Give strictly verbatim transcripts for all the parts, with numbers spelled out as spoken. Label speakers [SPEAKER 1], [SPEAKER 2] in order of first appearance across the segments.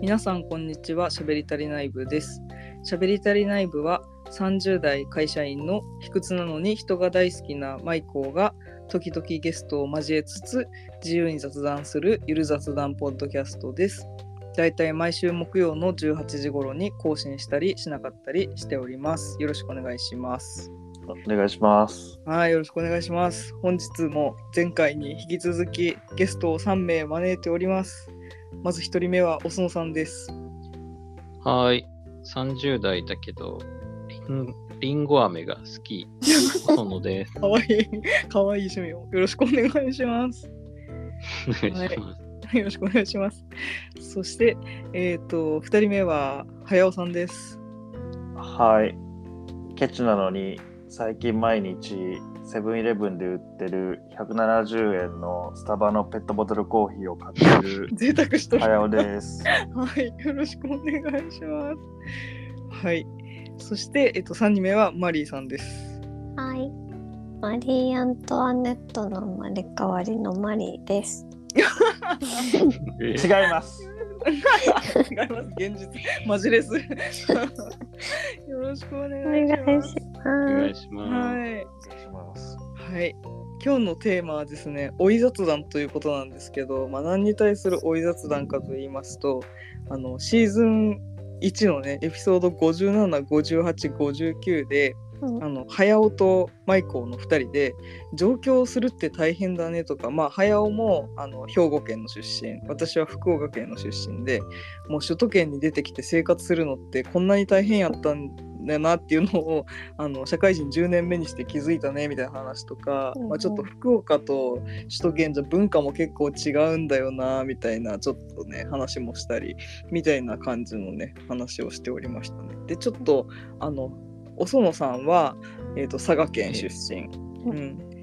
[SPEAKER 1] 皆さんこんにちは。しゃべり足りない部です。しゃべり足りない部はさんじゅう代会社員の卑屈なのに人が大好きなマイコーが時々ゲストを交えつつ自由に雑談するゆる雑談ポッドキャストです。だいたい毎週木曜のじゅうはちじ頃に更新したりしなかったりしております。よろしくお願いします。
[SPEAKER 2] お願いします。
[SPEAKER 1] はい、よろしくお願いします。本日も前回に引き続きゲストをさん名招いております。まずひとりめはおそのさんです。
[SPEAKER 3] はい、さんじゅう代だけどリン、リンゴ飴が好き、おそのです。
[SPEAKER 1] かわいい、かわいい趣味をよろしくお願いします。
[SPEAKER 3] お願いします。
[SPEAKER 1] はい、よろしくお願いします。そして、えっと、ふたりめははやおさんです。
[SPEAKER 2] はい、ケチなのに最近毎日セブンイレブンで売ってるひゃくななじゅうえんのスタバのペットボトルコーヒーを買ってる
[SPEAKER 1] 贅沢しとる。
[SPEAKER 2] はやおです。
[SPEAKER 1] はい、よろしくお願いします。はい、そして、えっと、さんにんめはマリーさんです。
[SPEAKER 4] はい、マリー・アントワネットの生まれ変わりのマリーです。
[SPEAKER 2] 違います。
[SPEAKER 1] 違います。現実マジです。よろしくお願いします。
[SPEAKER 3] お願いします。
[SPEAKER 1] はい、
[SPEAKER 2] お願いします。
[SPEAKER 1] はい、今日のテーマはですね、追い雑談ということなんですけど、まあ、何に対する追い雑談かと言いますと、あのシーズンいちのねエピソードごじゅうなな、ごじゅうはち、ごじゅうきゅうで、うん、あのはやおとマイコーのふたりで上京するって大変だねとか、まあはやおもあの兵庫県の出身、私は福岡県の出身で、もう首都圏に出てきて生活するのってこんなに大変やったんだなっていうのをあの社会人じゅうねんめにして気づいたねみたいな話とか、うんうん、まあ、ちょっと福岡と首都圏じゃ文化も結構違うんだよなみたいなちょっとね話もしたりみたいな感じのね話をしておりましたね。でちょっとあのおそのさんは、えーと、佐賀県出身、うん、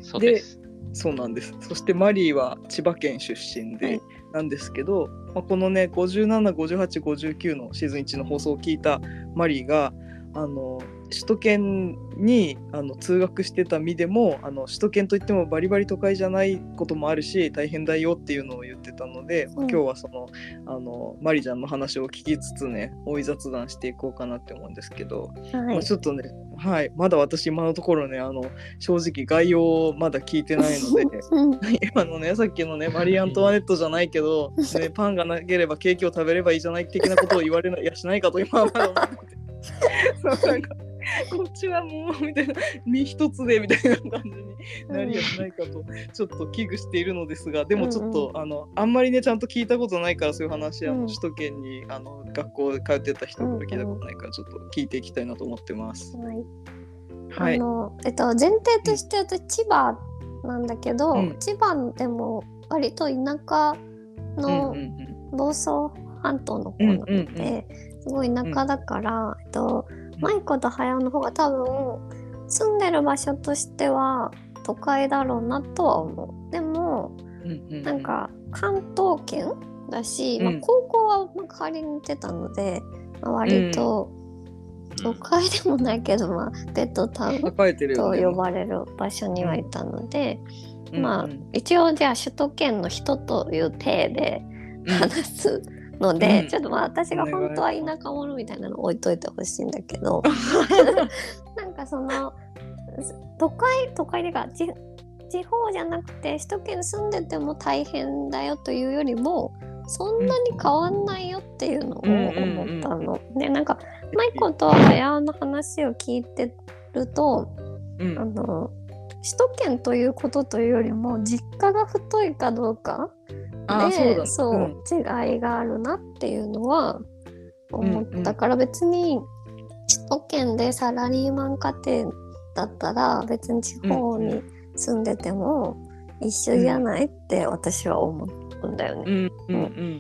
[SPEAKER 3] そうです。
[SPEAKER 1] でそうなんです。そしてマリーは千葉県出身で、はい、なんですけど、まあ、このねごじゅうなな、ごじゅうはち、ごじゅうきゅうのシーズンいちの放送を聞いたマリーがあの首都圏にあの通学してた身でもあの首都圏といってもバリバリ都会じゃないこともあるし大変だよっていうのを言ってたので、うん、今日はそのあのマリちゃんの話を聞きつつね追い雑談していこうかなって思うんですけど、はい、まあ、ちょっとね、はい、まだ私今のところねあの正直概要をまだ聞いてないので、うん、今のねさっきのねマリー・アントワネットじゃないけど、ね、パンがなければケーキを食べればいいじゃない的なことを言われないやしないかと今はまだ思ってそうなんかこっちはもうみたいな身一つでみたいな感じになりやしないかとちょっと危惧しているのですが、でもちょっと、うんうん、あのあんまりねちゃんと聞いたことないからそういう話、あの首都圏にあの学校通ってた人から聞いたことないからちょっと聞いていきたいなと思ってます。
[SPEAKER 4] はい、はい、あのえっと、前提として私千葉なんだけど、うん、千葉でも割と田舎の房総半島の方なので、うんうんうん、すごい田舎だから、うん、えっとマイコとハヤオの方が多分住んでる場所としては都会だろうなとは思う。でも、うんうんうん、なんか関東圏だし、うん、まあ、高校はまあ代わりに行ってたので、まあ、割と都会でもないけど、まあ、ベッドタウンと呼ばれる場所にはいたので、うん、まあ、一応じゃあ首都圏の人という体で話す、うんので、うん、ちょっとまあ私が本当は田舎者みたいなの置いといてほしいんだけどなんかその都会都会でか地方じゃなくて首都圏に住んでても大変だよというよりもそんなに変わんないよっていうのを思ったの、うん、でなんかマイコとハヤオの話を聞いてると、うん、あの首都圏ということというよりも実家が太いかどうかで、そうだ、そう、うん、違いがあるなっていうのは思ったから、うんうん、別に首都圏でサラリーマン家庭だったら別に地方に住んでても一緒じゃないって私は思うんだよね。うんうんうん、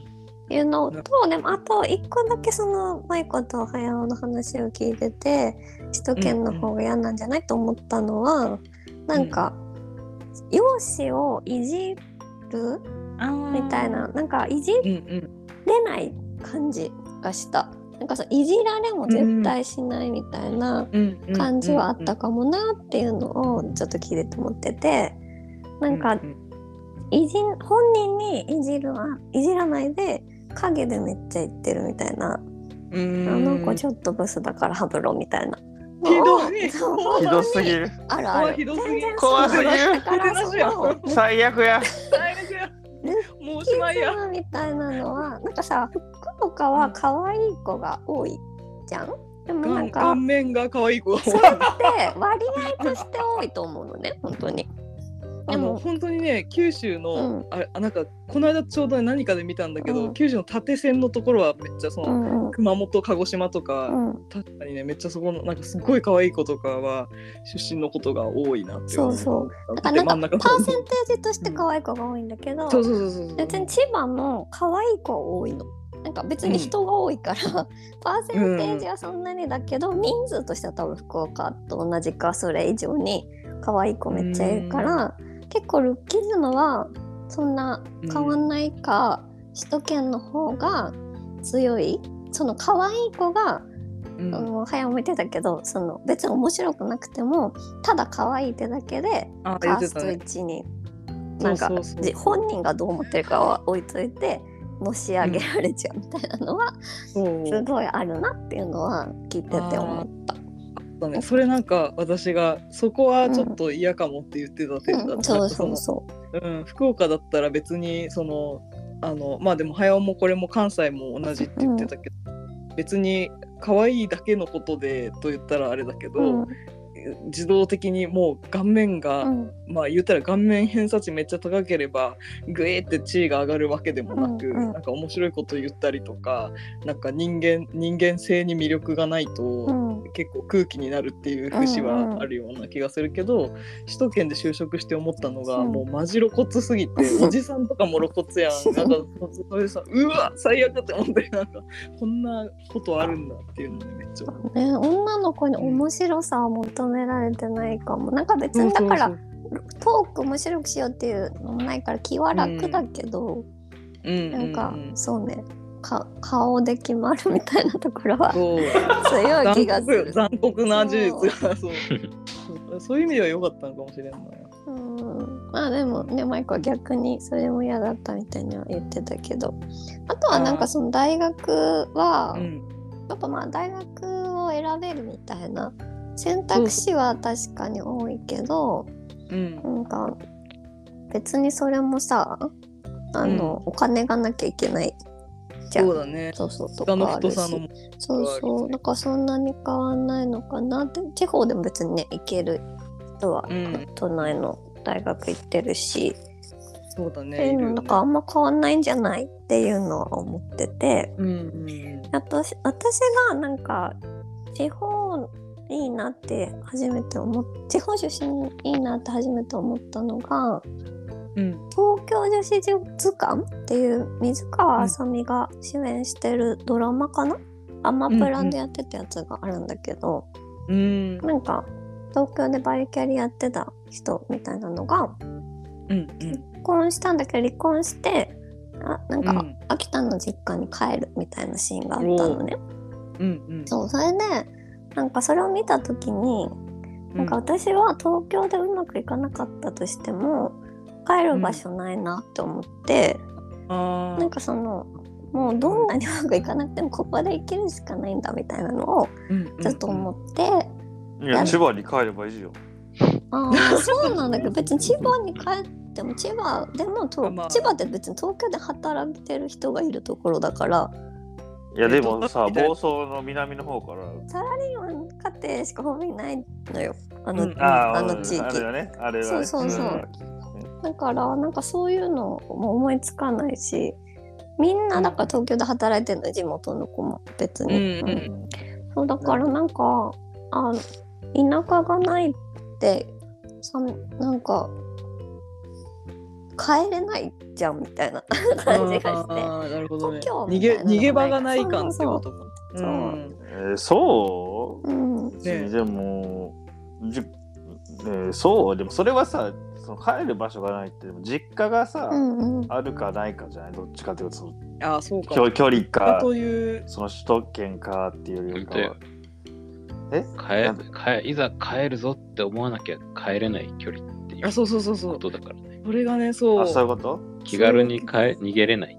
[SPEAKER 4] いうのと、でもあと一個だけそのマイコとハヤオの話を聞いてて首都圏の方が嫌なんじゃないと思ったのは、うんうん、なんか容姿をいじるみたいな、なんかいじれない感じがした、うんうん、なんかそういじられも絶対しないみたいな感じはあったかもなっていうのをちょっと聞いてて思ってて、なんかいじ本人にいじるいじらないで影でめっちゃ言ってるみたいな、
[SPEAKER 1] うーん
[SPEAKER 4] あの子ちょっとブスだからハブろみたいな。
[SPEAKER 1] ひどい
[SPEAKER 4] そう
[SPEAKER 2] ひどすぎる。
[SPEAKER 4] あるある。
[SPEAKER 1] ひどすぎる
[SPEAKER 4] 全然
[SPEAKER 2] 怖すぎる
[SPEAKER 4] そうだからそう
[SPEAKER 2] 最悪や。
[SPEAKER 1] 最悪やもうおしまいや。
[SPEAKER 4] ルッキズムみたいなのはなんかさ、服とかは可愛い子が多いじゃん。でもなんか
[SPEAKER 1] 顔面が可愛い子が多い。
[SPEAKER 4] それって割合として多いと思うのね、本当に。
[SPEAKER 1] あの本当にね、九州の、うん、ああなんかこの間ちょうど何かで見たんだけど、うん、九州の縦線のところはめっちゃその、うん、熊本鹿児島とか、うん、確かにねめっちゃそこのなんかすごい可愛い子とかは出身のことが多いなって思う。そうそうだからなんかパーセンテージとして可愛い子が多いんだけど、そうそうそうそう、別に千葉も可愛い子多いの。なんか別に人が多いから、うん、パーセンテージはそんなにだけど、うん、人数としては多分福岡と同じかそれ以上に可愛い子めっちゃいるから、うん、結構ルッキズムはそんな変わんないか、うん、首都圏の方が強い。その可愛い子が、うん、あの早も言ってたけど、その別に面白くなくてもただ可愛いってだけでカーストいちに、なんか本人がどう思ってるかは置いといてのし上げられちゃうみたいなのは、うん、すごいあるなっていうのは聞いてて思った。 そうね、それなんか私がそこはちょっと嫌かもって言ってた点だった、うん、
[SPEAKER 4] そうそうそう、
[SPEAKER 1] うん、福岡だったら別にそのあのまあでも早尾もこれも関西も同じって言ってたけど、うん、別に可愛いだけのことでと言ったらあれだけど、うん、自動的にもう顔面が、うん、まあ言ったら顔面偏差値めっちゃ高ければグエーって地位が上がるわけでもなく、うんうん、なんか面白いこと言ったりとか、なんか人間人間性に魅力がないと、うん、結構空気になるっていう節はあるような気がするけど、うんうん、首都圏で就職して思ったのが、うん、もうマジ露骨すぎて、おじさんとかも露骨やん。なんかそれさ、うわ最悪って思って、なんかこんなことあるんだっていうのにめっちゃ思う、
[SPEAKER 4] ね、女の子に面白さを求められてないかも。なんか別にだからそうそうそうトーク面白くしようっていうのもないから気は楽だけど、うん、なんか、うんうんうん、そうねか顔で決まるみたいなところは強い気がする。
[SPEAKER 1] 残酷な事実がそうそういう意味では良かったのかもしれない。
[SPEAKER 4] うん、まあでもねマイクは逆にそれも嫌だったみたいには言ってたけど、あとはなんかその大学は、うん、やっぱまあ大学を選べるみたいな選択肢は確かに多いけど、うん、なんか別にそれもさあの、うん、お金がなきゃいけないじゃん。
[SPEAKER 1] そうだね。
[SPEAKER 4] そうそうとかあるし、そうそうだからそんなに変わんないのかなって。地方でも別にね行ける人は、うん、都内の大学行ってるし、
[SPEAKER 1] そうだね。
[SPEAKER 4] っていうのなんかあんま変わんないんじゃないっていうのは思ってて、うんうん、私私がなんか地方いいなって初めて思っ地方出身いいなって初めて思ったのが、うん、東京女子図鑑っていう水川あさみが主演してるドラマかな、うん、アマプラでやってたやつがあるんだけど、うん、なんか東京でバリキャリやってた人みたいなのが、うん、結婚したんだけど離婚してあなんか、うん、秋田の実家に帰るみたいなシーンがあったのね、うんうん、そうそれでなんかそれを見た時になんか私は東京でうまくいかなかったとしても帰る場所ないなって思って、うん、なんかそのもうどんなにうまくいかなくてもここで生きるしかないんだみたいなのをちょっと思って、
[SPEAKER 2] うんうん、いや千葉に帰ればいいよ。
[SPEAKER 4] あそうなんだけど別に千葉に帰っても千葉でもと、まあ、千葉って別に東京で働いてる人がいるところだから
[SPEAKER 2] いやでもさ房総の南の方から
[SPEAKER 4] サラリーマン家庭しかほぼいないのよあの、うん、あ, あの地域あれだねあれだねそうそうそう、うん、だからなんかそういうのも思いつかないしみんなだから東京で働いてるの地元の子も別に、うんうん、そうだからなんかあ田舎がないってさなんか帰れないじゃんみたいな感じがして、
[SPEAKER 1] あなるほどね、逃げ逃げ場がない感ってことか。
[SPEAKER 2] そう、うんえー、そう、うんね、でもじ、えー、そうでもそれはさその帰る場所がないってでも実家がさ、うんうん、あるかないかじゃないどっちかというとその
[SPEAKER 1] あそうか
[SPEAKER 2] 距離かというその首都圏かっていうよりかは
[SPEAKER 3] え帰いざ帰るぞって思わなきゃ帰れない距離っていう
[SPEAKER 1] あそうそうそうそう
[SPEAKER 3] ことだからね。
[SPEAKER 1] それがねそう
[SPEAKER 2] あそういうこと
[SPEAKER 3] 気軽に帰逃げれないっていう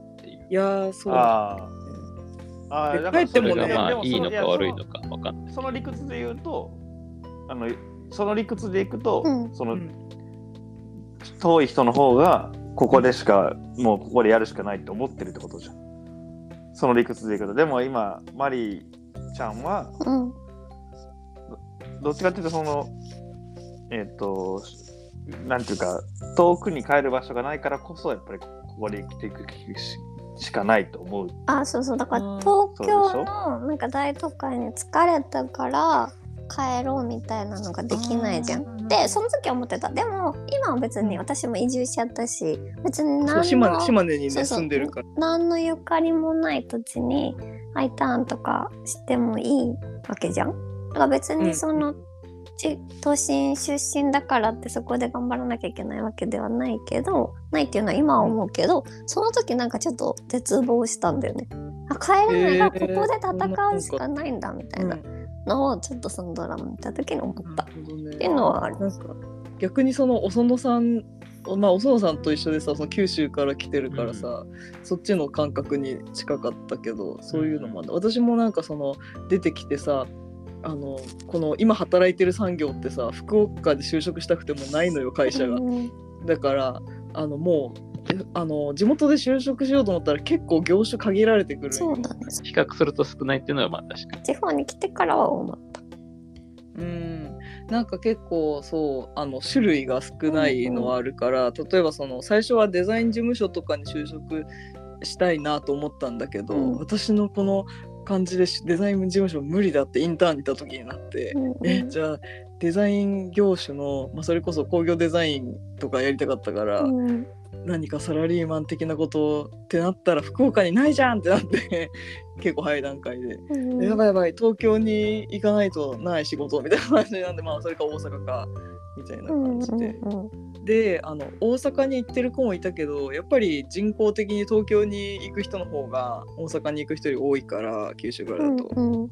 [SPEAKER 1] いやーそう
[SPEAKER 2] ああ
[SPEAKER 1] で帰ってもね、
[SPEAKER 3] まあいいのか悪いのか分かんない。
[SPEAKER 2] その理屈で言うと、あのその理屈でいくと、うん、その、うん、遠い人の方がここでしか、うん、もうここでやるしかないって思ってるってことじゃん。その理屈でいくと。でも今マリーちゃんは、うん、ど, どっちかっていうとそのえっ、ー、となんていうか遠くに帰る場所がないからこそやっぱりここで生きていくししかないと思う。
[SPEAKER 4] あ、そうそう、だから東京のなんか大都会に疲れたから帰ろうみたいなのができないじゃん。でその時は思ってた。でも今は別に私も移住しちゃったし、別に何の
[SPEAKER 1] 島根、島根にねそうそう住んでるから
[SPEAKER 4] 何のゆかりもない土地に I ターンとかしてもいいわけじゃん。だから別にその、うん都心出身だからってそこで頑張らなきゃいけないわけではないけどないっていうのは今は思うけど、その時なんかちょっと絶望したんだよね。あ帰れない、えー、ここで戦うしかないんだみたいなのをちょっとそのドラマ見た時に思った、ね、っていうのはある。
[SPEAKER 1] なんか逆にそのお園さんまあお園さんと一緒でさその九州から来てるからさ、うん、そっちの感覚に近かったけどそういうのもある、うん、私もなんかその出てきてさあのこの今働いてる産業ってさ福岡で就職したくてもないのよ会社が、うん、だからあのもうあの地元で就職しようと思ったら結構業種限られてくる。
[SPEAKER 4] そうだね。
[SPEAKER 3] 比較すると少ないっていうのはまあ確かに
[SPEAKER 4] 地方に来てからは思った。
[SPEAKER 1] うんなんか結構そうあの種類が少ないのはあるから、うんうん、例えばその最初はデザイン事務所とかに就職したいなと思ったんだけど、うん、私のこの感じでデザイン事務所無理だってインターンにいた時になって、うんうん、えじゃあデザイン業種の、まあ、それこそ工業デザインとかやりたかったから、うん、何かサラリーマン的なことってなったら福岡にないじゃんってなって結構早い段階で、うん、やばいやばい東京に行かないとない仕事みたいな感じなんで、まあそれか大阪かみたいな感じで、うんうんうん、であの大阪に行ってる子もいたけどやっぱり人口的に東京に行く人の方が大阪に行く人より多いから九州からだと、うんうん、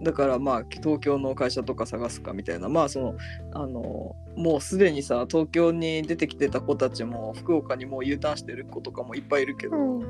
[SPEAKER 1] だからまあ東京の会社とか探すかみたいなまあそのあのもうすでにさ東京に出てきてた子たちも福岡にもう U ターンしてる子とかもいっぱいいるけど、うん、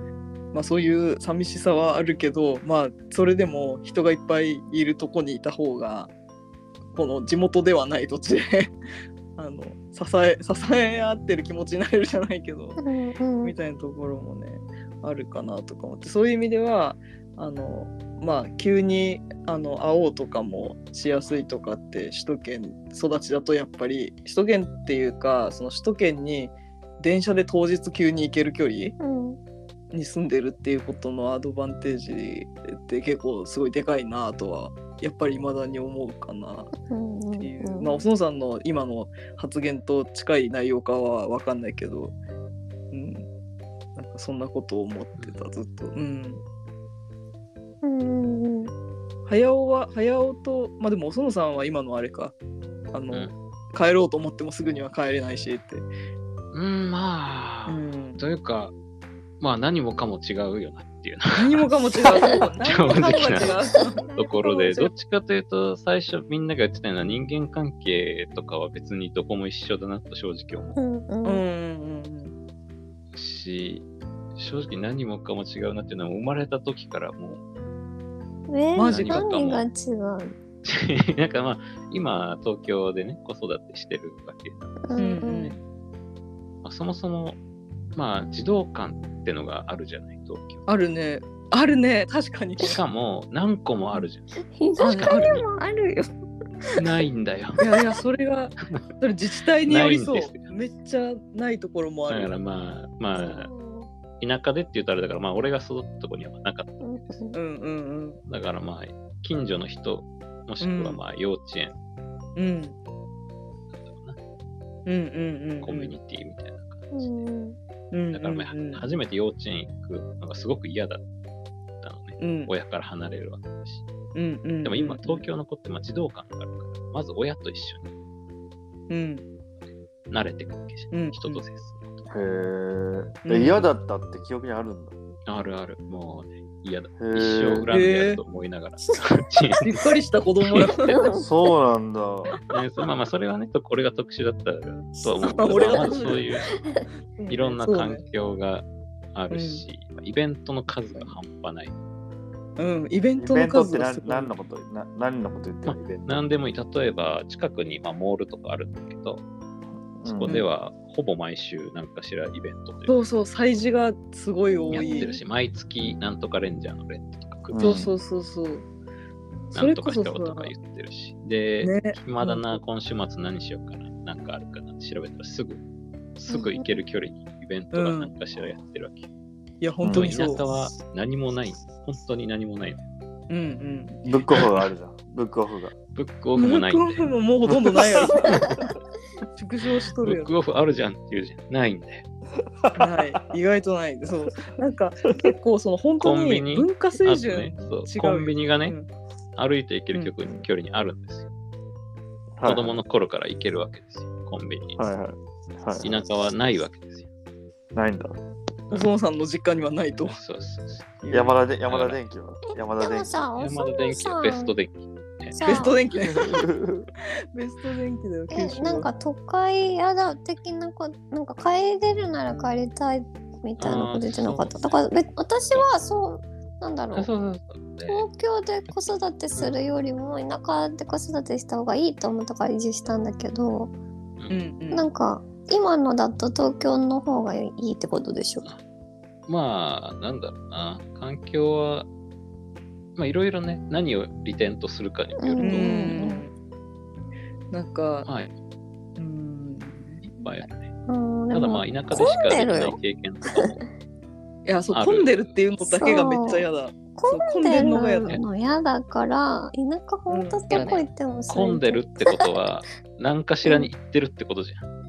[SPEAKER 1] まあそういう寂しさはあるけどまあそれでも人がいっぱいいるとこにいた方がこの地元ではない土地であの支え支え合ってる気持ちになれるじゃないけど、うんうん、みたいなところもねあるかなとか思ってそういう意味ではあのまあ急にあの会おうとかもしやすいとかって首都圏育ちだとやっぱり首都圏っていうかその首都圏に電車で当日急に行ける距離、うんに住んでるっていうことのアドバンテージって結構すごいでかいなとはやっぱり未だに思うかなっていう、うんうんうん、まあお園さんの今の発言と近い内容かは分かんないけど、うん、なんかそんなことを思ってたずっと、うんうんうん、早尾は早尾とまあでもお園さんは今のあれかあの、うん、帰ろうと思ってもすぐには帰れないしって
[SPEAKER 3] うんまあ、うん、というかまあ何もかも違うよなっていう
[SPEAKER 1] 何もかも違う正
[SPEAKER 3] 直なところでどっちかというと最初みんなが言ってたような人間関係とかは別にどこも一緒だなと正直思う、うんうんうん、し正直何もかも違うなっていうのは生まれた時からも
[SPEAKER 4] うえー、マジかも何が違う
[SPEAKER 3] なんかまあ今東京でね子育てしてるわけなんですけどね、うんうんまあ、そもそもまあ児童館ってのがあるじゃない東京
[SPEAKER 1] あるねあるね確かに
[SPEAKER 3] しかも何個もあるじゃん
[SPEAKER 4] 田舎にもあるよ
[SPEAKER 3] ないんだよ
[SPEAKER 1] いやいやそれがそれ自治体によりそうめっちゃないところもある
[SPEAKER 3] だからまあまあ田舎でって言うとあれだからまあ俺が育ったところにはなかったわけです、うんうんうん、だからまあ近所の人もしくはまあ幼稚園、うん、なんだろうな、うんうんうん、コミュニティみたいな感じで、うんだから、まあうんうん、初めて幼稚園行くのがすごく嫌だったのね、うん、親から離れるわけだし、うんうんうんうん、でも今東京の子ってまあ児童館があるからまず親と一緒に、うん、慣れていくわけじゃん、うん、人と接すると、
[SPEAKER 2] へえ、うん、嫌だったって記憶にあるんだ。
[SPEAKER 3] あるあるもうね嫌だ一生恨んでやると思いながらし
[SPEAKER 1] っかりした子供だ
[SPEAKER 2] そうなんだ、
[SPEAKER 3] ね、まあまあそれはね俺が特殊だったとは思うけど、まあ、そういういろんな環境があるし、うん、イベントの数が半端ない。
[SPEAKER 1] うん、イベントの数が
[SPEAKER 2] すごい。イベントって何のことな何のこと言ってるの、まあ、イベント。
[SPEAKER 3] 何でもいい。例えば近くに、まあ、モールとかあるんだけど、そこではほぼ毎週何かしらイベントというか、
[SPEAKER 1] そうそう、催事がすごい多い。
[SPEAKER 3] やってるし、毎月なんとかレンジャーのレントとか来るし、
[SPEAKER 1] そうそうそうそう。
[SPEAKER 3] なんとかしたことか言ってるし。で、ね、暇だな、今週末何しようかな、なんかあるかなって調べたらすぐ、すぐ行ける距離にイベントが何かしらやってるわけ。うん、
[SPEAKER 1] いや、本当にそう。
[SPEAKER 3] 田舎は何もない。本当に何もない。
[SPEAKER 1] うんうん。
[SPEAKER 2] ブックオフがあるじゃん。ブックオフが。
[SPEAKER 3] ブックオフもないんで。
[SPEAKER 1] ブックオフももうほとんどないやろ。縮小しとる
[SPEAKER 3] よ。ブックオフあるじゃんって言うじゃん。ないんだよ。
[SPEAKER 1] ない。意外とない。そう。なんか結構その本当に文化水準違う、
[SPEAKER 3] ね、そうコンビニがね、うん、歩いて行ける距離、距離にあるんですよ。うん、子供の頃から行けるわけですよ。コンビニ。
[SPEAKER 2] はいはいはい、
[SPEAKER 3] 田舎はないわけですよ。
[SPEAKER 2] ないんだ。
[SPEAKER 1] お園さんの実家にはないと。
[SPEAKER 3] そうそうそう。
[SPEAKER 2] 山田で山田電機は山田電機。
[SPEAKER 3] 山田電機はベスト電機。
[SPEAKER 1] ベスト電機ね。ベスト電機だよ。
[SPEAKER 4] え、なんか都会やだ的なこ、なんか帰れるなら帰りたいみたいなこと言ってなかった。だから私はそうなんだろう。そうそうそう、東京で子育てするよりも田舎で子育てした方がいいと思ったから移住したんだけど、うんうん、なんか今のだと東京の方がいいってことでしょ。
[SPEAKER 3] まあなんだろうな、環境はまあいろいろね、何を利点とするかによると思うけど、うん、
[SPEAKER 1] なんか、
[SPEAKER 3] はい、うん、いっぱいあるね。ただまあ田舎でしかできない経験とかも。
[SPEAKER 1] いや、そう、混んでるっていうのだけがめっちゃ嫌だ。
[SPEAKER 4] 混んでるの嫌だから、田舎ほんとどこ行っても
[SPEAKER 3] それ、混んでるってことは何かしらに行ってるってことじゃん。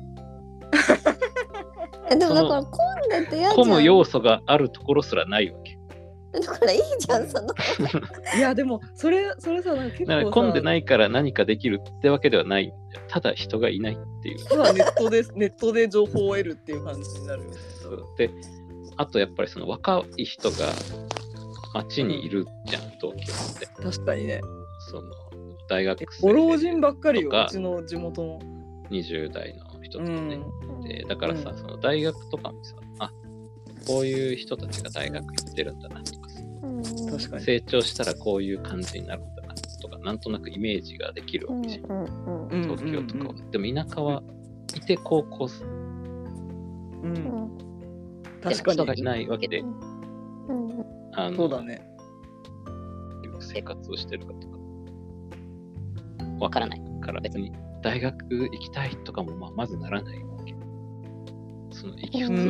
[SPEAKER 4] え、でもだから混んでて嫌じゃん。
[SPEAKER 3] 混む要素があるところすらないわけ。
[SPEAKER 4] だからいいじゃん、その。
[SPEAKER 1] いやでもそれそれさ、なんか結構さ、だから
[SPEAKER 3] 混んでないから何かできるってわけではないんだよ。ただ人がいないっていう。
[SPEAKER 1] ただネットでネットで情報を得るっていう感じになるよね。
[SPEAKER 3] で、あとやっぱりその若い人が街にいるじゃん、東京って。
[SPEAKER 1] 確かにね。
[SPEAKER 3] その大学生
[SPEAKER 1] ご老人ばっかりよ、うちの地元の
[SPEAKER 3] にじゅう代の人とかね。うん、でだからさ、うん、その大学とかもさ、あ、こういう人たちが大学行ってるんだなとかさ、うん、確かに成長したらこういう感じになるんだなとか、なんとなくイメージができるわけじゃん、うんうん、東京とかは、うんうんうん、でも田舎はいて高校生、うん、確かに人がいないわけで、うん、あの
[SPEAKER 1] そうだね、
[SPEAKER 3] 生活をしてるかとかわからないから別に大学行きたいとかもまあまずならないわけ。その生き普通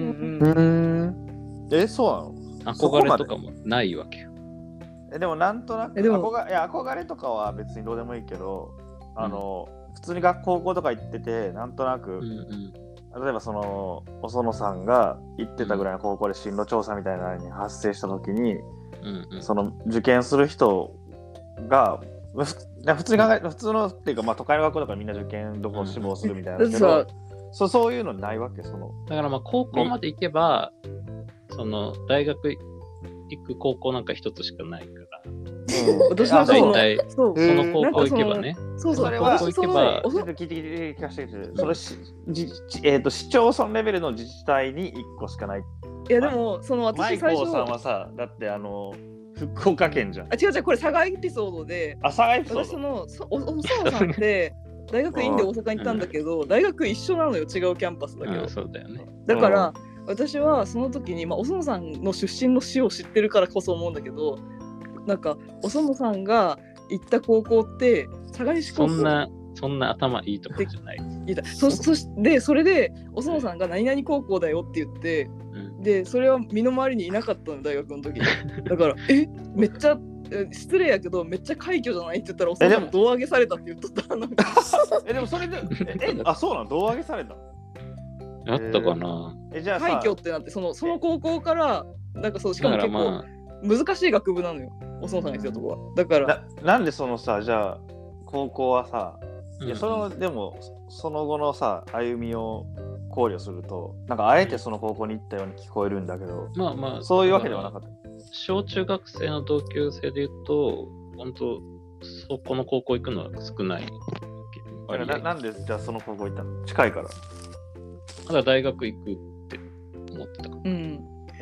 [SPEAKER 2] のえ、そうなの？
[SPEAKER 3] 憧れとかもないわけよ。
[SPEAKER 2] え、でもなんとなく憧れ、いや憧れとかは別にどうでもいいけど、あの、うん、普通に学校高校とか行っててなんとなく、うんうん、例えばそのお園さんが行ってたぐらいの高校で進路調査みたいなのに発生した時に、うんうん、その受験する人が普通に考え、普通のっていうか、まあ、都会の学校だからみんな受験どこ志望するみたいなんですけど、うん、そ, そういうのないわけ。その
[SPEAKER 3] だからまあ高校まで行けば、その大学行く高校なんか一つしかないから、うん、私は大体その高校行けばね、
[SPEAKER 2] そうそう、高校行けばちょっと聞いて聞かせてください。それしじ、えーと、市町村レベルの自治体にいっこしかない。
[SPEAKER 1] いやでもその私
[SPEAKER 2] 最初マイコーさんはさ、だってあの福岡県じゃん。
[SPEAKER 1] あ、違う違う、これ佐賀エピソードで、
[SPEAKER 2] あ、佐賀エピソード。
[SPEAKER 1] 私そのそおお園さんって大学院で大阪に行ったんだけど、うん、大学一緒なのよ、違うキャンパスだけど、
[SPEAKER 3] うん、そうだよね。
[SPEAKER 1] だから、うん、私はその時に、まあ、お園さんの出身の市を知ってるからこそ思うんだけど、なんかお園さんが行った高校って佐賀西高校、
[SPEAKER 3] そんなそんな頭いいところじゃない。
[SPEAKER 1] いたそそしでそれでお園さんが何々高校だよって言って、うん、でそれは身の回りにいなかったの、大学の時に。だからえめっちゃ失礼やけどめっちゃ快挙じゃないって言ったら、お園さん胴上げされたって言っとった。
[SPEAKER 2] えでもそれでえあそうなの、胴上げされた
[SPEAKER 3] あったかな。
[SPEAKER 1] えじゃあ快挙ってなって、そのその高校からなんかそう、しかも結構難しい学部なのよ、お園さんが言ってたところは。だから
[SPEAKER 2] な, なんでそのさ、じゃあ高校はさ、いやその、うん、でもその後のさ歩みを考慮すると、なんかあえてその高校に行ったように聞こえるんだけど、
[SPEAKER 3] まあまあ
[SPEAKER 2] そういうわけではなかった。
[SPEAKER 3] 小中学生の同級生で言うと、本当そこの高校行くのは少ない。
[SPEAKER 2] な, なんでじゃあその高校行ったの？近いから。
[SPEAKER 3] まだ大学行くって思ってたから。
[SPEAKER 1] うん。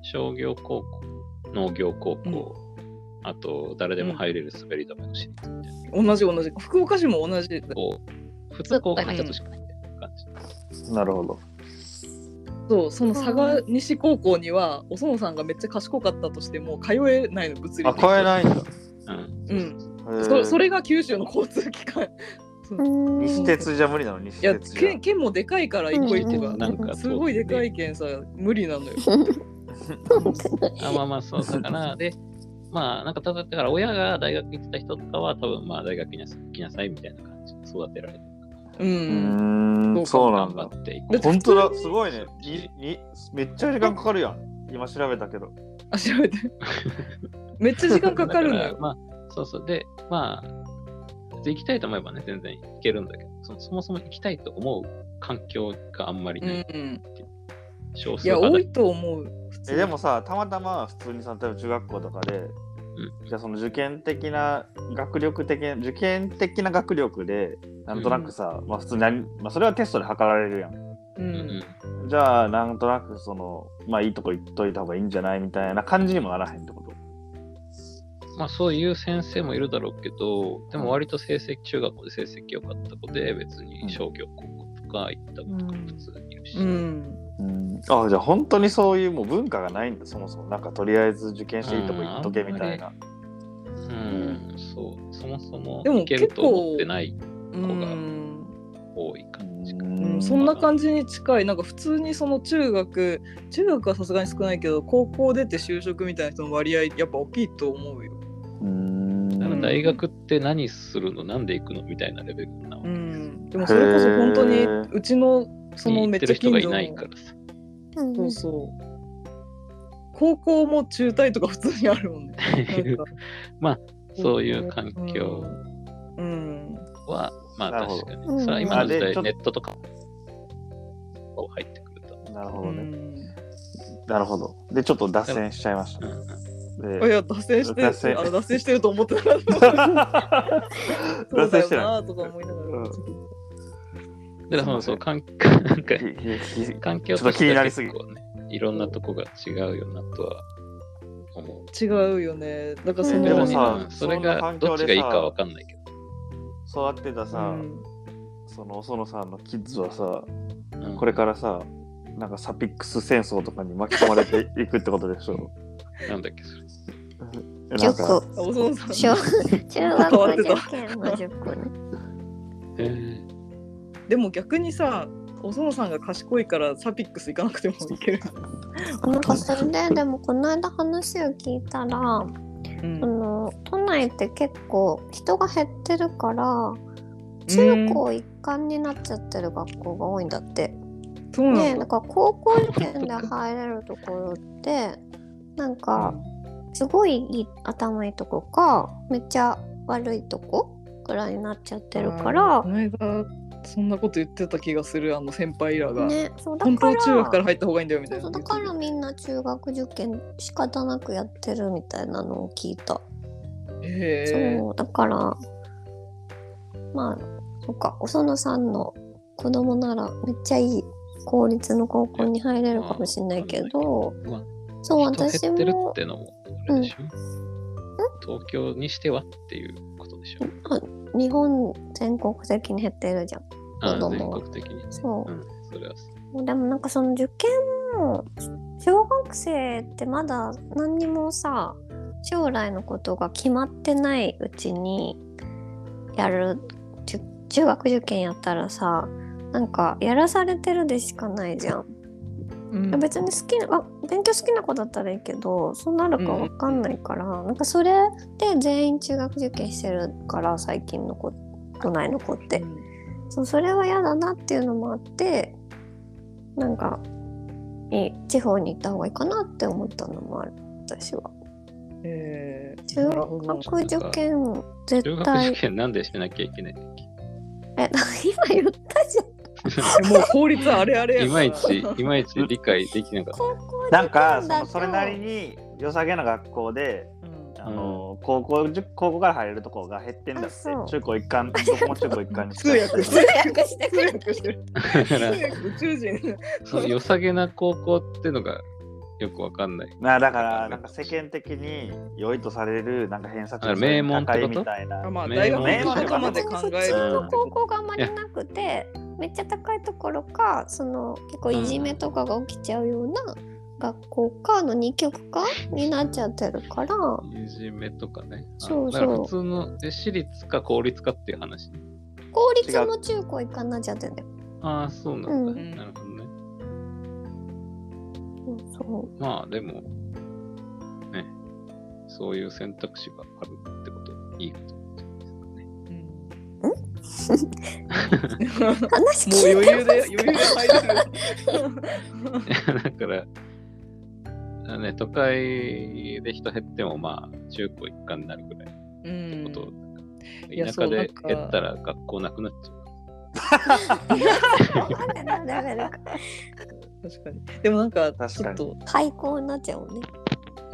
[SPEAKER 3] 商業高校、農業高校、うん、あと誰でも入れる滑り止めの私立みたいな、
[SPEAKER 1] うん、同じ同じ福岡市も同じ
[SPEAKER 3] 普通高校にちょっとしかないみたいな感
[SPEAKER 2] じ。なるほど。
[SPEAKER 1] そうその佐賀西高校にはお園さんがめっちゃ賢かったとしても通えないの物理
[SPEAKER 2] 的に。あ、通えないんだ。
[SPEAKER 1] うん、そ, それが九州の交通機関。
[SPEAKER 2] 西鉄じゃ無理なの。西鉄じゃ。
[SPEAKER 1] いや 県, 県もでかいから一個一個がなんかすごいでかい県さ無理なのよ。
[SPEAKER 3] あまあまあそうだからでまあなんかただだから親が大学行ってた人とかは多分まあ大学に行きなさいみたいな感じで育てられてる。
[SPEAKER 1] うん、
[SPEAKER 2] うんそうなんだ。本当だすごいねにに。めっちゃ時間かかるやん。今調べたけど。
[SPEAKER 1] あ調べて。めっちゃ時間かかるのよ。
[SPEAKER 3] まあそうそうでまあ行きたいと思えばね全然行けるんだけど そ, そもそも行きたいと思う環境があんまりないっていう、うん、
[SPEAKER 1] 少数派だ。いや多いと思う。
[SPEAKER 2] えでもさたまたま普通にさ例えば中学校とかで、うん、じゃあその受験的な学力的な受験的な学力でなんとなくさ、うん、まあ普通に、まあ、それはテストで測られるやん、うん、じゃあなんとなくそのまあいいとこ行っといた方がいいんじゃないみたいな感じにもならへんってこと。
[SPEAKER 3] まあそういう先生もいるだろうけど、でも割と成績、中学校で成績良かった子で別に商業高校とか行った子とか普通にいるし、うん
[SPEAKER 2] うん、あじゃあ本当にそういうもう文化がないんだそもそも。なんかとりあえず受験していいとこ行っとけみたいな。
[SPEAKER 3] うん、うん、そうそもそも行けると思ってない子が多い感じかな。
[SPEAKER 1] うん、そんな感じに近い。なんか普通にその中学中学はさすがに少ないけど高校出て就職みたいな人の割合やっぱ大きいと思うよ。
[SPEAKER 3] うーんだから大学って何するのなんで行くのみたいなレベルな、
[SPEAKER 1] うん、でもそれこそ本当にうちのそのめっちゃ近所の
[SPEAKER 3] 人がいないからさ、
[SPEAKER 1] そうそう高校も中退とか普通にあるもんね。なんか
[SPEAKER 3] まあそういう環境は、うん、まあ確かに、うん、それは今の時代ネットとかを入ってくると。
[SPEAKER 2] なるほどね、うん、なるほど。でちょっと脱線しちゃいました、うん
[SPEAKER 1] いや脱線して脱線あ脱線してると思ってなかったそうだよなとか思いながら、うん、
[SPEAKER 3] だからそうそう環境なんか環境
[SPEAKER 2] としては結構
[SPEAKER 3] ねいろんなとこが違うよなとは思う。
[SPEAKER 1] 違うよね。だからその
[SPEAKER 2] でもさ
[SPEAKER 3] それがどっちがいいかは分かんないけど
[SPEAKER 2] そうやってたさ、うん、そのお園さんのキッズはさ、うん、これからさなんかサピックス戦争とかに巻き込まれていくってことでしょ
[SPEAKER 3] なんだっけそれ
[SPEAKER 2] なんか
[SPEAKER 1] お園さん
[SPEAKER 4] 中学受験のじゅっこね。
[SPEAKER 3] えー、
[SPEAKER 1] でも逆にさお園さんが賢いからサピックス行かなくてもいける。
[SPEAKER 4] なんかそれででもこの間話を聞いたら、うん、その都内って結構人が減ってるから中高一貫になっちゃってる学校が多いんだって。
[SPEAKER 1] そうなんだ。
[SPEAKER 4] ね、だから高校受験で入れるところってなんかすごいいい頭いいとこかめっちゃ悪いとこくらいになっちゃってるから。
[SPEAKER 1] この間そんなこと言ってた気がするあの先輩らが、
[SPEAKER 4] ね、そうだから
[SPEAKER 1] 本当は中学から入った方がいいんだよみたいな。
[SPEAKER 4] そうだからみんな中学受験仕方なくやってるみたいなのを聞いた。
[SPEAKER 1] へ
[SPEAKER 4] そうだからまあそっかお園さんの子供ならめっちゃいい公立の高校に入れるかもしれないけど、
[SPEAKER 3] まあ、
[SPEAKER 4] そう私も
[SPEAKER 3] 人減ってるってのもあれでしょ、うん、東京にしてはっていうことでしょ。
[SPEAKER 4] あ日本全国的に減ってるじゃん
[SPEAKER 3] 子供は。全国的に、ね、
[SPEAKER 4] そう、
[SPEAKER 3] うん、それはそう。
[SPEAKER 4] でもなんかその受験も小学生ってまだ何にもさ将来のことが決まってないうちにやる中学受験やったらさなんかやらされてるでしかないじゃん、うん、別に好きな勉強好きな子だったらいいけどそうなるか分かんないから、うん、なんかそれで全員中学受験してるから最近の子都内の子って、うん、そうそれは嫌だなっていうのもあってなんか地方に行った方がいいかなって思ったのもある私は。
[SPEAKER 1] えー、
[SPEAKER 4] 中学受験絶対
[SPEAKER 3] 中学受験なんでしなきゃいけないんだっけ。
[SPEAKER 4] え今言ったじゃん。
[SPEAKER 1] もう法律あれあれや
[SPEAKER 3] いまいちいまいち理解できなかった。
[SPEAKER 2] なんかそのそれなりに良さげな学校で、うん、あの高校高校から入れるところが減ってんだって。中高一貫どこも中高一貫に
[SPEAKER 1] 通訳通訳して通訳してる。宇宙人。
[SPEAKER 3] その良さげな高校ってのがよくわかんない。
[SPEAKER 2] まあだからなんか世間的に良いとされるなんか偏差値が
[SPEAKER 3] 名門
[SPEAKER 2] 高いみたいな。
[SPEAKER 1] まあ大学の中まで考える。
[SPEAKER 4] 普通の高校があんまりなくて、めっちゃ高いところか、その結構いじめとかが起きちゃうような学校かの二極化になっちゃってるから。
[SPEAKER 3] いじめとかね。
[SPEAKER 4] そうそう。
[SPEAKER 3] だから普通の私立か公立かっていう話。
[SPEAKER 4] 公立も中高一貫になっちゃってるんだよ。
[SPEAKER 3] ああ、そうなんだ、うん。なるほどね。
[SPEAKER 4] そう
[SPEAKER 3] まあでもね、そういう選択肢があるってこといいこと
[SPEAKER 4] ですかね。うん、話
[SPEAKER 1] 聞いてもう余裕で余裕で入れ
[SPEAKER 3] る。だからね、都会で人減ってもまあ中高一貫になるぐらいってこと、うん、田舎で減ったら学校なくなっちゃう。
[SPEAKER 1] 確かに。でもなんかちょっと
[SPEAKER 4] 廃校になっちゃうね。
[SPEAKER 1] うん。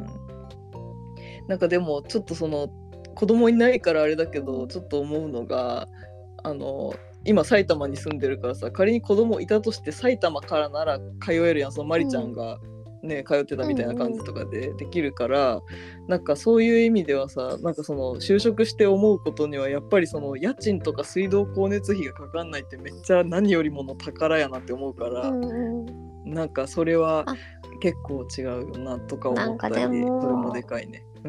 [SPEAKER 1] なんかでもちょっとその子供いないからあれだけど、ちょっと思うのが、あの今埼玉に住んでるからさ、仮に子供いたとして埼玉からなら通えるやん、そのマリちゃんがね、うん、通ってたみたいな感じとかでできるから、うんうん、なんかそういう意味ではさ、なんかその就職して思うことにはやっぱりその家賃とか水道光熱費がかかんないってめっちゃ何よりもの宝やなって思うから、うんうん、なんかそれは結構違うよなとか思ったり、それもでかいね。うん、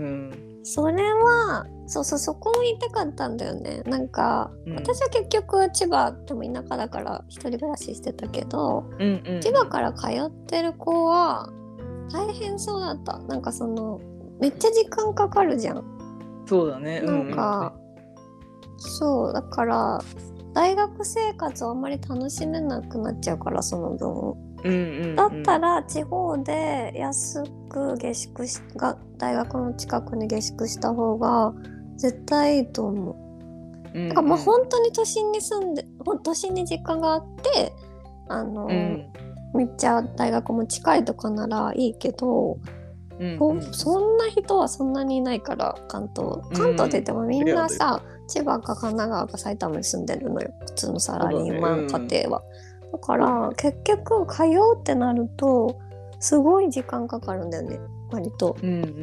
[SPEAKER 4] それはそうそう、そこも言いたかったんだよね。なんか、うん、私は結局千葉でも田舎だから一人暮らししてたけど、うんうんうん、千葉から通ってる子は大変そうだった。なんかそのめっちゃ時間かかるじゃん。
[SPEAKER 1] そうだね。
[SPEAKER 4] なんか、うんうん、そうだから大学生活をあんまり楽しめなくなっちゃうから、その分。うんうんうん、だったら地方で安く下宿しが大学の近くに下宿した方が絶対いいと思う。うんうん、だからまあ本当に都心に住んで都心に実家があってあの、うん、めっちゃ大学も近いとかならいいけど、うんうん、そんな人はそんなにいないから、関東関東って言ってもみんなさ、うん、千葉か神奈川か埼玉に住んでるのよ、普通のサラリーマン家庭は。だから結局通うってなるとすごい時間かかるんだよね、割と、うんうんうん、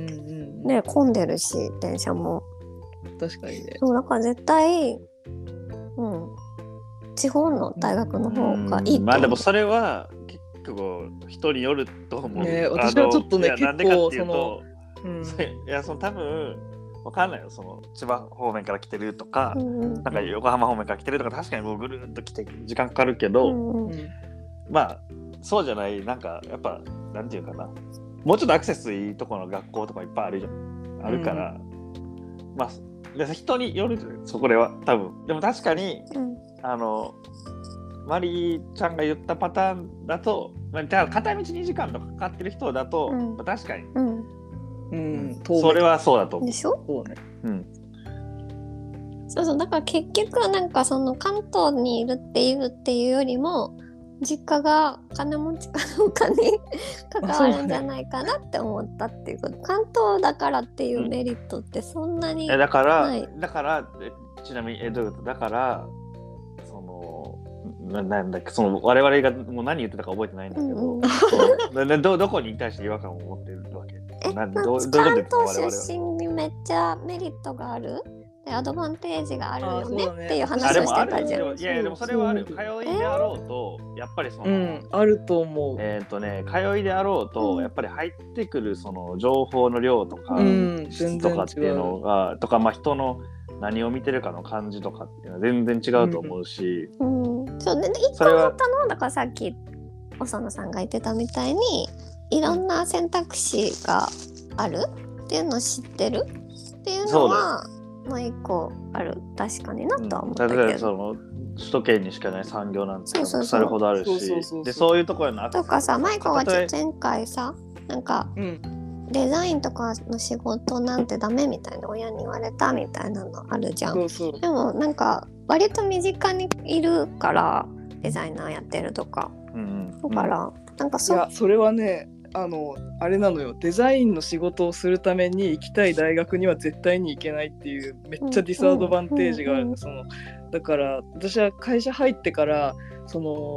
[SPEAKER 4] ね、混んでるし電車も。
[SPEAKER 1] 確かにね。
[SPEAKER 4] そうだから絶対、うん、地方の大学の方がいいと思う。
[SPEAKER 2] まあでもそれは結構人によると思う。
[SPEAKER 1] ね、私はちょっとね結構その、
[SPEAKER 2] うん、いやその多分わかんないよ、その千葉方面から来てるとか、うんうん、なんか横浜方面から来てるとか、確かにもうぐるっと来て時間かかるけど、うんうん、まあそうじゃない、なんかやっぱなんていうかな、もうちょっとアクセスいいところの学校とかいっぱいあるじゃん、あるから、うん、まあ人によるそこでは多分。でも確かに、うん、あのマリーちゃんが言ったパターンだと、まあ、片道にじかんとかかかってる人だと、うん、まあ、確かに。うんうん、それはそうだと思う。
[SPEAKER 4] でしょ？
[SPEAKER 1] そうね。
[SPEAKER 4] うん。そうそう、だから結局はなんかその関東にいるっていうっていうよりも実家が金持ちかどうかに関わるんじゃないかなって思ったっていうこと。関東だからっていうメリットってそんなにない。
[SPEAKER 2] えだからだからちなみにえどういうことだから。な, なんだっけその我々がもう何言ってたか覚えてないんだけど、うんうん、ど, どこに対して違和感を持ってるわけ？
[SPEAKER 4] えなど関東出身にめっちゃメリットがあるでアドバンテージがあるよ ね, ねっていう話をしてたじゃん。
[SPEAKER 2] いやでもそれはある。通いであろうと、えー、やっぱりその、うん、
[SPEAKER 1] あると思う。
[SPEAKER 2] えっ、ー、とね通いであろうと、うん、やっぱり入ってくるその情報の量とか、うん、質とかっていうのがとかまあ人の何を見てるかの感じとかっていうのは全然違うと思うし、うん
[SPEAKER 4] うん、そうね、一個思ったのはだからさっき細野さんが言ってたみたいにいろんな選択肢があるっていうのを知ってるっていうのはまあ一個ある、確かになとは思ったけど、うん、例えば
[SPEAKER 2] その首都圏にしかない産業なんて腐るほどあるし、でそういうところの
[SPEAKER 4] とかさ、マイコが前回さなんか、うんデザインとかの仕事なんてダメみたいな親に言われたみたいなのあるじゃん。そうそう。でもなんか割と身近にいるからデザイナーやってるとか、うんうん、だから、うん、なんかそ
[SPEAKER 1] いやそれはねあのあれなのよ、デザインの仕事をするために行きたい大学には絶対に行けないっていうめっちゃディスアドバンテージがあるんです、うんうんうん、そのだから私は会社入ってからその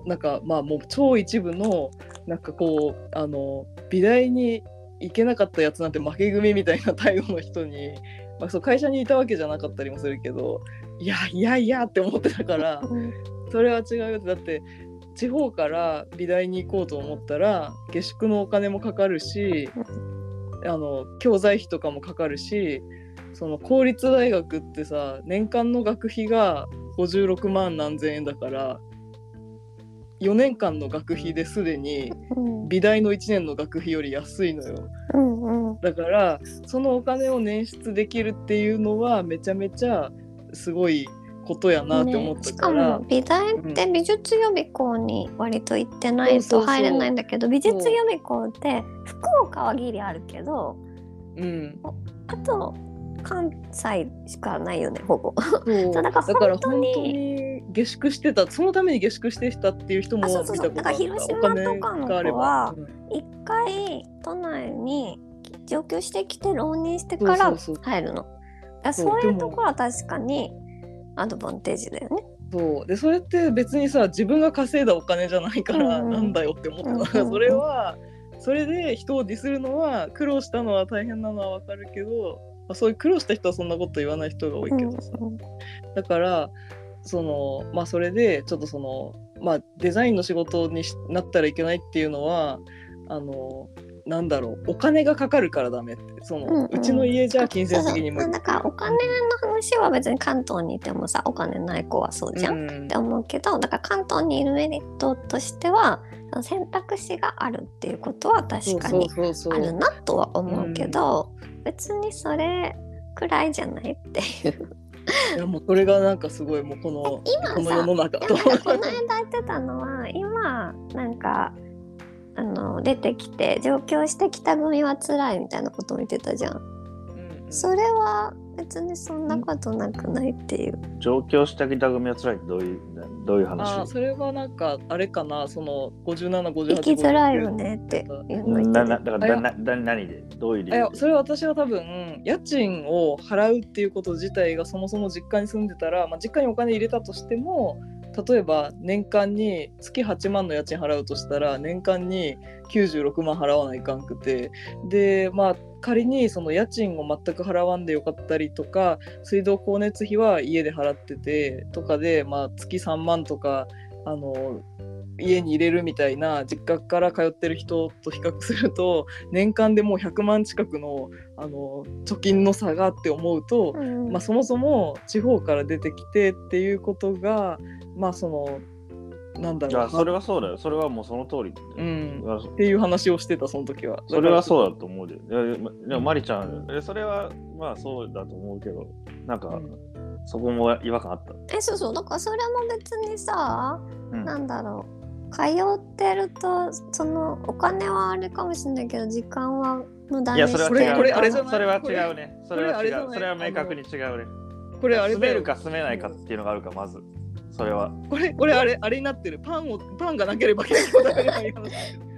[SPEAKER 1] なんかまあもう超一部のなんかこうあの美大に行けなかったやつなんて負け組みたいな態度の人に、まあ、そう会社にいたわけじゃなかったりもするけど、いやいやいやって思ってたからそれは違うよって。だって地方から美大に行こうと思ったら下宿のお金もかかるし、あの教材費とかもかかるし、その公立大学ってさ年間の学費がごじゅうろくまん何千円だからよねんかんの学費ですでに美大のいちねんの学費より安いのよ、うんうん、だからそのお金を捻出できるっていうのはめちゃめちゃすごいことやなって思ったから、
[SPEAKER 4] ね、しかも美大って美術予備校に割と行ってないと入れないんだけど、美術予備校って福岡はギリあるけど、うん、あと関西しかないよねほぼ。
[SPEAKER 1] そうだから本当に下宿してた、そのために下宿してたっていう人も見たことあった。
[SPEAKER 4] だから広島とかの子は一回都内に上京してきて浪人してから入るの。そういうところは確かにアドバンテージだよね。
[SPEAKER 1] そうでそれって別にさ自分が稼いだお金じゃないからなんだよって思った、うんうん、それはそれで人をディスるのは苦労したのは大変なのはわかるけど、まあ、そういう苦労した人はそんなこと言わない人が多いけどさ、うんうん、だからそのまあそれでちょっとそのまあデザインの仕事になったらいけないっていうのはあのなんだろうお金がかかるからダメって、その、うんうん、うちの家じゃ金銭的に無理。
[SPEAKER 4] だからお金の話は別に関東にいてもさお金ない子はそうじゃん、うん、って思うけど、だから関東にいるメリットとしては選択肢があるっていうことは確かにあるなとは思うけど、うん、別にそれくらいじゃないっていう
[SPEAKER 1] いやもうそれがなんかすごいもうこの
[SPEAKER 4] 今
[SPEAKER 1] この世の中と
[SPEAKER 4] この間言ってたのは今なんかあの出てきて上京して北組は辛いみたいなことも言ってたじゃん、うんうん、それは別にそんなことなくないっていう。
[SPEAKER 2] 上京して北組は辛いってどういうどういう話？
[SPEAKER 1] あそれはなんかあれかな、そのごじゅうなな、ごじゅうはち
[SPEAKER 4] 生きづらいよねっていうの言ってた。
[SPEAKER 2] だからなな何でどういう理由で？
[SPEAKER 1] いやそれは私は多分家賃を払うっていうこと自体がそもそも実家に住んでたら、まあ、実家にお金入れたとしても例えば年間に月はちまんの家賃払うとしたら年間にきゅうじゅうろくまん払わないかんくて、でまあ仮にその家賃を全く払わんでよかったりとか水道光熱費は家で払っててとかで、まあ、月さんまんとかあの家に入れるみたいな実家から通ってる人と比較すると年間でもうひゃくまん近くの、あの貯金の差がって思うと、うんまあ、そもそも地方から出てきてっていうことがまあそのなんだろう、いや
[SPEAKER 2] それはそうだよ、それはもうその通り、
[SPEAKER 1] うん、っていう話をしてたその時は。
[SPEAKER 2] それはそうだと思うで。でもマリちゃんそれはまあそうだと思うけどなんか、うん、そこも違和感あった。
[SPEAKER 4] えそうそうだからそれも別にさ、うん、なんだろう通ってるとそのお金はあれかもしれないけど時間は無駄にしてる。いやそれは違う、
[SPEAKER 1] これあれじゃない、
[SPEAKER 2] それは違うね。それは違う、それは明確に違うね。これあれ住めるか住めないかっていうのがあるかまず。それは
[SPEAKER 1] これこれあれあれになってるパンをパンがなければ結構食べれない話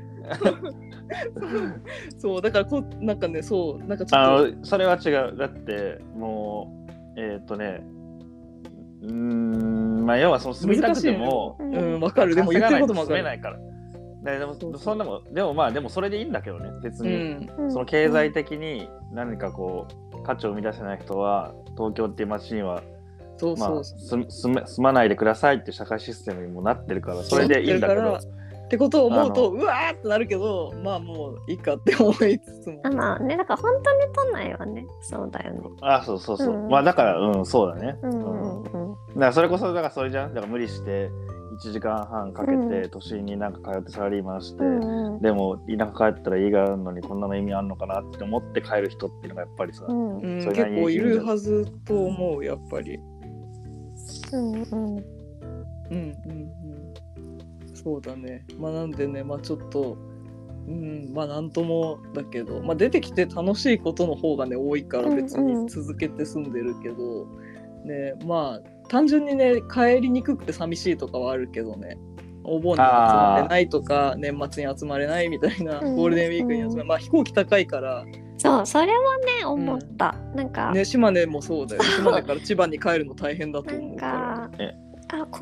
[SPEAKER 1] そうだからこなんかねそうなんかちょっと
[SPEAKER 2] あのそれは違う。だってもうえっ、ー、とねうーんまあ要はその住みたくても
[SPEAKER 1] うんわかる、でも言ってることもわかる。
[SPEAKER 2] 住めないから。でもそんなもでもまあでもそれでいいんだけどね別に、うん、その経済的に何かこう価値を生み出せない人は東京っていう街にはそうそうそう、まあ、住, 住まないでくださいって社会システムにもなってるからそれでいいんだけど
[SPEAKER 1] ってことを思うとうわーってなるけどまあもういいかって思いつつも
[SPEAKER 4] あまあねだから本当に都内はねそうだよね。
[SPEAKER 2] あそうそうそう、うん、まあだからうんそうだね、うんうんうん、だからそれこそだからそれじゃんだから無理していちじかんはんかけて都心になんか通ってサラリーマンして、うん、でも田舎帰ったら家があるのにこんなの意味あるのかなって思って帰る人っていうのがやっぱりさ、うん
[SPEAKER 1] うん、それ結構いるはずと思うやっぱり。
[SPEAKER 4] うんうんうん
[SPEAKER 1] うんそうだね。まあなんでねまあちょっとうんまあなんともだけどまあ出てきて楽しいことの方がね多いから別に続けて住んでるけど、うんうん、ねまあ単純にね帰りにくくて寂しいとかはあるけどねお盆に集まれないとか年末に集まれないみたいな、うん、ゴールデンウィークに集まれない、うん、まあ飛行機高いから
[SPEAKER 4] そうそれはね思った、うん、なんか
[SPEAKER 1] ね島根もそうだよ島根から千葉に帰るの大変だと思うから
[SPEAKER 4] あこんなに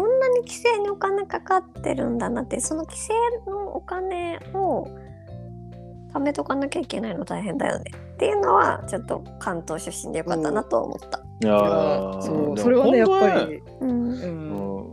[SPEAKER 4] に規制にお金かかってるんだなって、その規制のお金を貯めとかなきゃいけないの大変だよねっていうのはちょっと関東出身でよかったなと思った。
[SPEAKER 2] いやー
[SPEAKER 1] そうそれはねやっぱり、
[SPEAKER 4] うん
[SPEAKER 1] うん、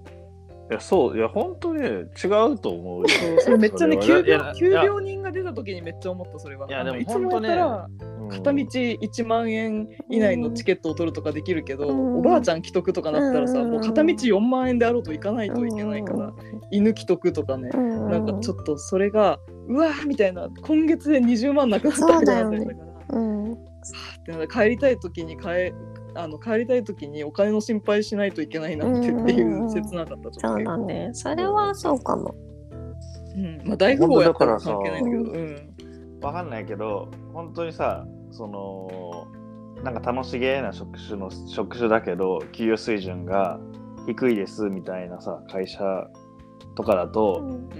[SPEAKER 2] いやそういや本当に違うと思うよ。
[SPEAKER 1] そうそれめっちゃね急病急病人が出た時にめっちゃ思った。それは。
[SPEAKER 2] いやでも
[SPEAKER 1] 本当ね。片道いちまんえん以内のチケットを取るとかできるけど、うん、おばあちゃん既得とかなったらさ、うん、もう片道よんまんえんであろうと行かないといけないから、うん、犬既得とかね、うん、なんかちょっとそれがうわーみたいな、今月でにじゅうまんなくなったみたいな、ねうん、って帰りたい時に帰あの帰りたい時にお金の心配しないといけないなってっていう切なかった。
[SPEAKER 4] そうだね、それはそうかも。
[SPEAKER 1] うん、まあ大富豪やったら関係ないんだけど、うん、
[SPEAKER 2] わかんないけど本当にさ、そのなんか楽しげな職種の職種だけど給与水準が低いですみたいなさ会社とかだと、うん、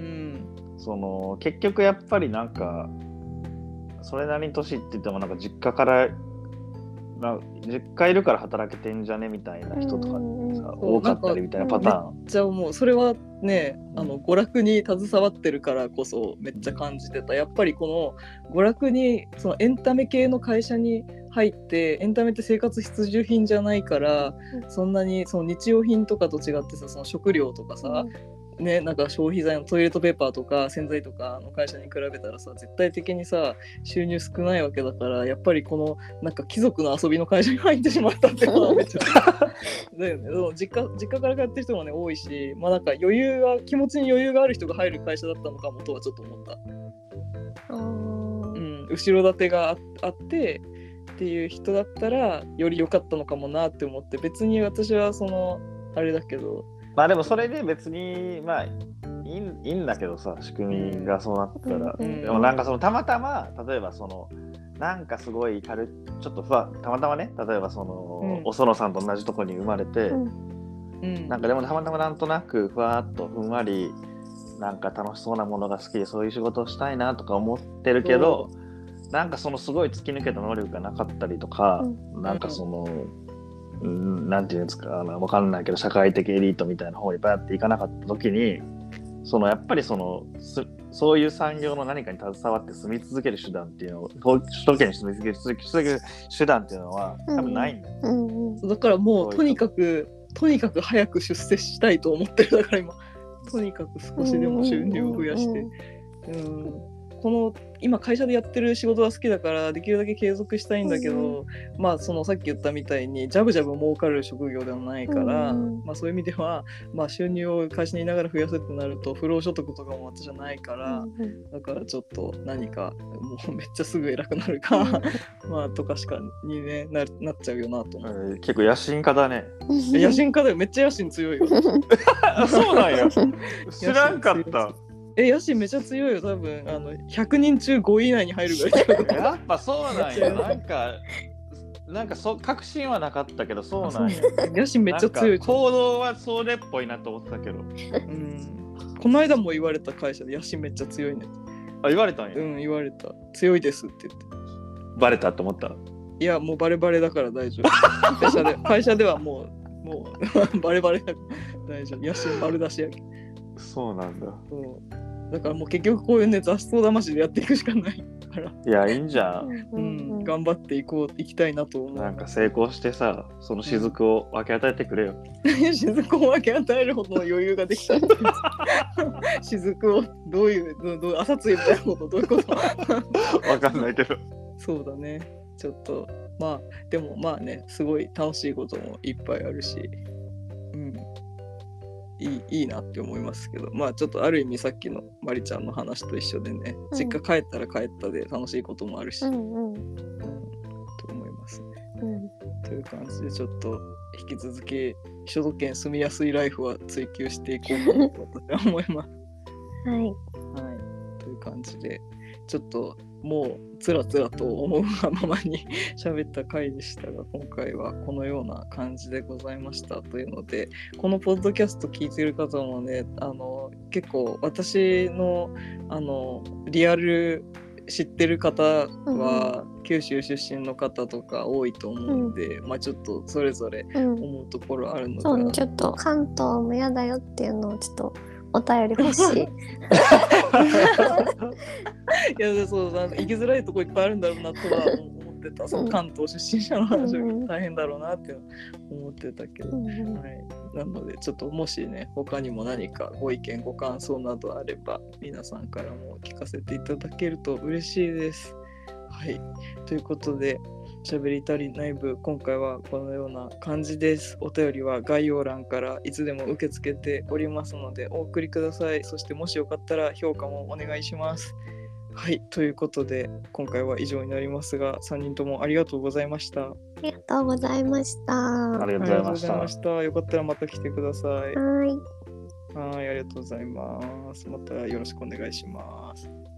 [SPEAKER 2] その結局やっぱりなんかそれなりに年って言ってもなんか実家からな実家いるから働けてんじゃねみたいな人とかさ多かったりみたいなパターン。
[SPEAKER 1] めっちゃ思う。それはね、あの娯楽に携わってるからこそめっちゃ感じてた。やっぱりこの娯楽にそのエンタメ系の会社に入って、エンタメって生活必需品じゃないから、そんなにその日用品とかと違ってさ、その食料とかさ、ね、なんか消費財のトイレットペーパーとか洗剤とかの会社に比べたらさ絶対的にさ収入少ないわけだから、やっぱりこのなんか貴族の遊びの会社に入ってしまったっていうのはめっちゃだよね。実家実家から通ってる人もね多いし、まあなんか余裕が気持ちに余裕がある人が入る会社だったのかもとはちょっと思った。うん、後ろ盾が あ, あってっていう人だったらより良かったのかもなって思って、別に私はそのあれだけど。
[SPEAKER 2] まあでもそれで別にまあいい, いいんだけどさ、仕組みがそうなったら、うん、でもなんかそのたまたま例えばそのなんかすごい軽ちょっとふわたまたまね、例えばその、うん、お園さんと同じとこに生まれて、うん、なんかでもたまたまなんとなくふわっとふんわりなんか楽しそうなものが好きでそういう仕事をしたいなとか思ってるけど、うん、なんかそのすごい突き抜けた能力がなかったりとか、うん、なんかその、うん、なんていうんですか、わかんないけど社会的エリートみたいな方にバーっていかなかった時に、そのやっぱりそのそういう産業の何かに携わって住み続ける手段っていうのを、首都圏に住み続ける手段っていうのは多分ないんだよ、
[SPEAKER 1] うんうん、だからもうとにかくとにかく早く出世したいと思ってる。だから今とにかく少しでも収入を増やして、うんうんうん、この今会社でやってる仕事が好きだからできるだけ継続したいんだけど、うん、まあそのさっき言ったみたいにジャブジャブ儲かる職業ではないから、うん、まあそういう意味では、まあ、収入を会社にいながら増やすってなると不労所得とかも私じゃないから、うん、だからちょっと何かもうめっちゃすぐ偉くなるかまあとかしかに、ね、な, なっちゃうよなと思う、
[SPEAKER 2] えー、結構野心家だね。
[SPEAKER 1] 野心家だよ、めっちゃ野心強いよ
[SPEAKER 2] そうなんや知らんかった。
[SPEAKER 1] え、野心めちゃ強いよ。多分あのひゃくにん中ごい以内に入るぐらい
[SPEAKER 2] やっぱそうなんや。なんかなんかそ確信はなかったけどそうなんや。
[SPEAKER 1] 野心めっちゃ強い。
[SPEAKER 2] 行動はそれっぽいなと思ってたけど、うん、
[SPEAKER 1] この間も言われた。会社で野心めっちゃ強いね。
[SPEAKER 2] あ、言われたんや。
[SPEAKER 1] うん、言われた。強いですって言って。
[SPEAKER 2] バレたと思った。
[SPEAKER 1] いやもうバレバレだから大丈夫会社で会社ではもうもうバレバレだから大丈夫。野心丸出しやけ。
[SPEAKER 2] そうなんだ。
[SPEAKER 1] そうだからもう結局こういうね雑草魂でやっていくしかないから。
[SPEAKER 2] いやいいんじゃん、
[SPEAKER 1] うん、頑張っていこういきたいなと思う。
[SPEAKER 2] なんか成功してさその雫を分け与えてくれよ、
[SPEAKER 1] うん、雫を分け与えるほどの余裕ができた雫をどういうどうどう朝露みたいなことどういうこと
[SPEAKER 2] 分かんないけど。
[SPEAKER 1] そうだね、ちょっとまあでもまあねすごい楽しいこともいっぱいあるし、うんいい, いいなって思いますけど、まあちょっとある意味さっきのまりちゃんの話と一緒でね、うん、実家帰ったら帰ったで楽しいこともあるし、うんうんうん、と思いますね、うん、という感じでちょっと引き続き首都圏住みやすいライフは追求していこうかなと私は思います
[SPEAKER 4] はい、はい、
[SPEAKER 1] という感じでちょっともうつらつらと思うがままに喋った回でしたが、今回はこのような感じでございましたというので、このポッドキャスト聞いてる方もね、あの結構私のあのリアル知ってる方は九州出身の方とか多いと思うんで、うん、まあちょっとそれぞれ思うところあるので、
[SPEAKER 4] うん、そうちょっと関東も嫌だよっていうのをちょっとお便り欲しい。い
[SPEAKER 1] やそうあの行きづらいとこいっぱいあるんだろうなとは思ってた。その関東出身者の話が大変だろうなって思ってたけど、うんうんはい、なのでちょっともしね他にも何かご意見ご感想などあれば皆さんからも聞かせていただけると嬉しいです。はい、ということでしゃべり足りない部今回はこのような感じです。お便りは概要欄からいつでも受け付けておりますのでお送りください。そしてもしよかったら評価もお願いします。はい、ということで今回は以上になりますがさんにんともありがとうございました。
[SPEAKER 4] ありがとうございました。
[SPEAKER 2] ありがとうございました。
[SPEAKER 1] ましたよかったらまた来てください。
[SPEAKER 4] はい。
[SPEAKER 1] はい、ありがとうございます。またよろしくお願いします。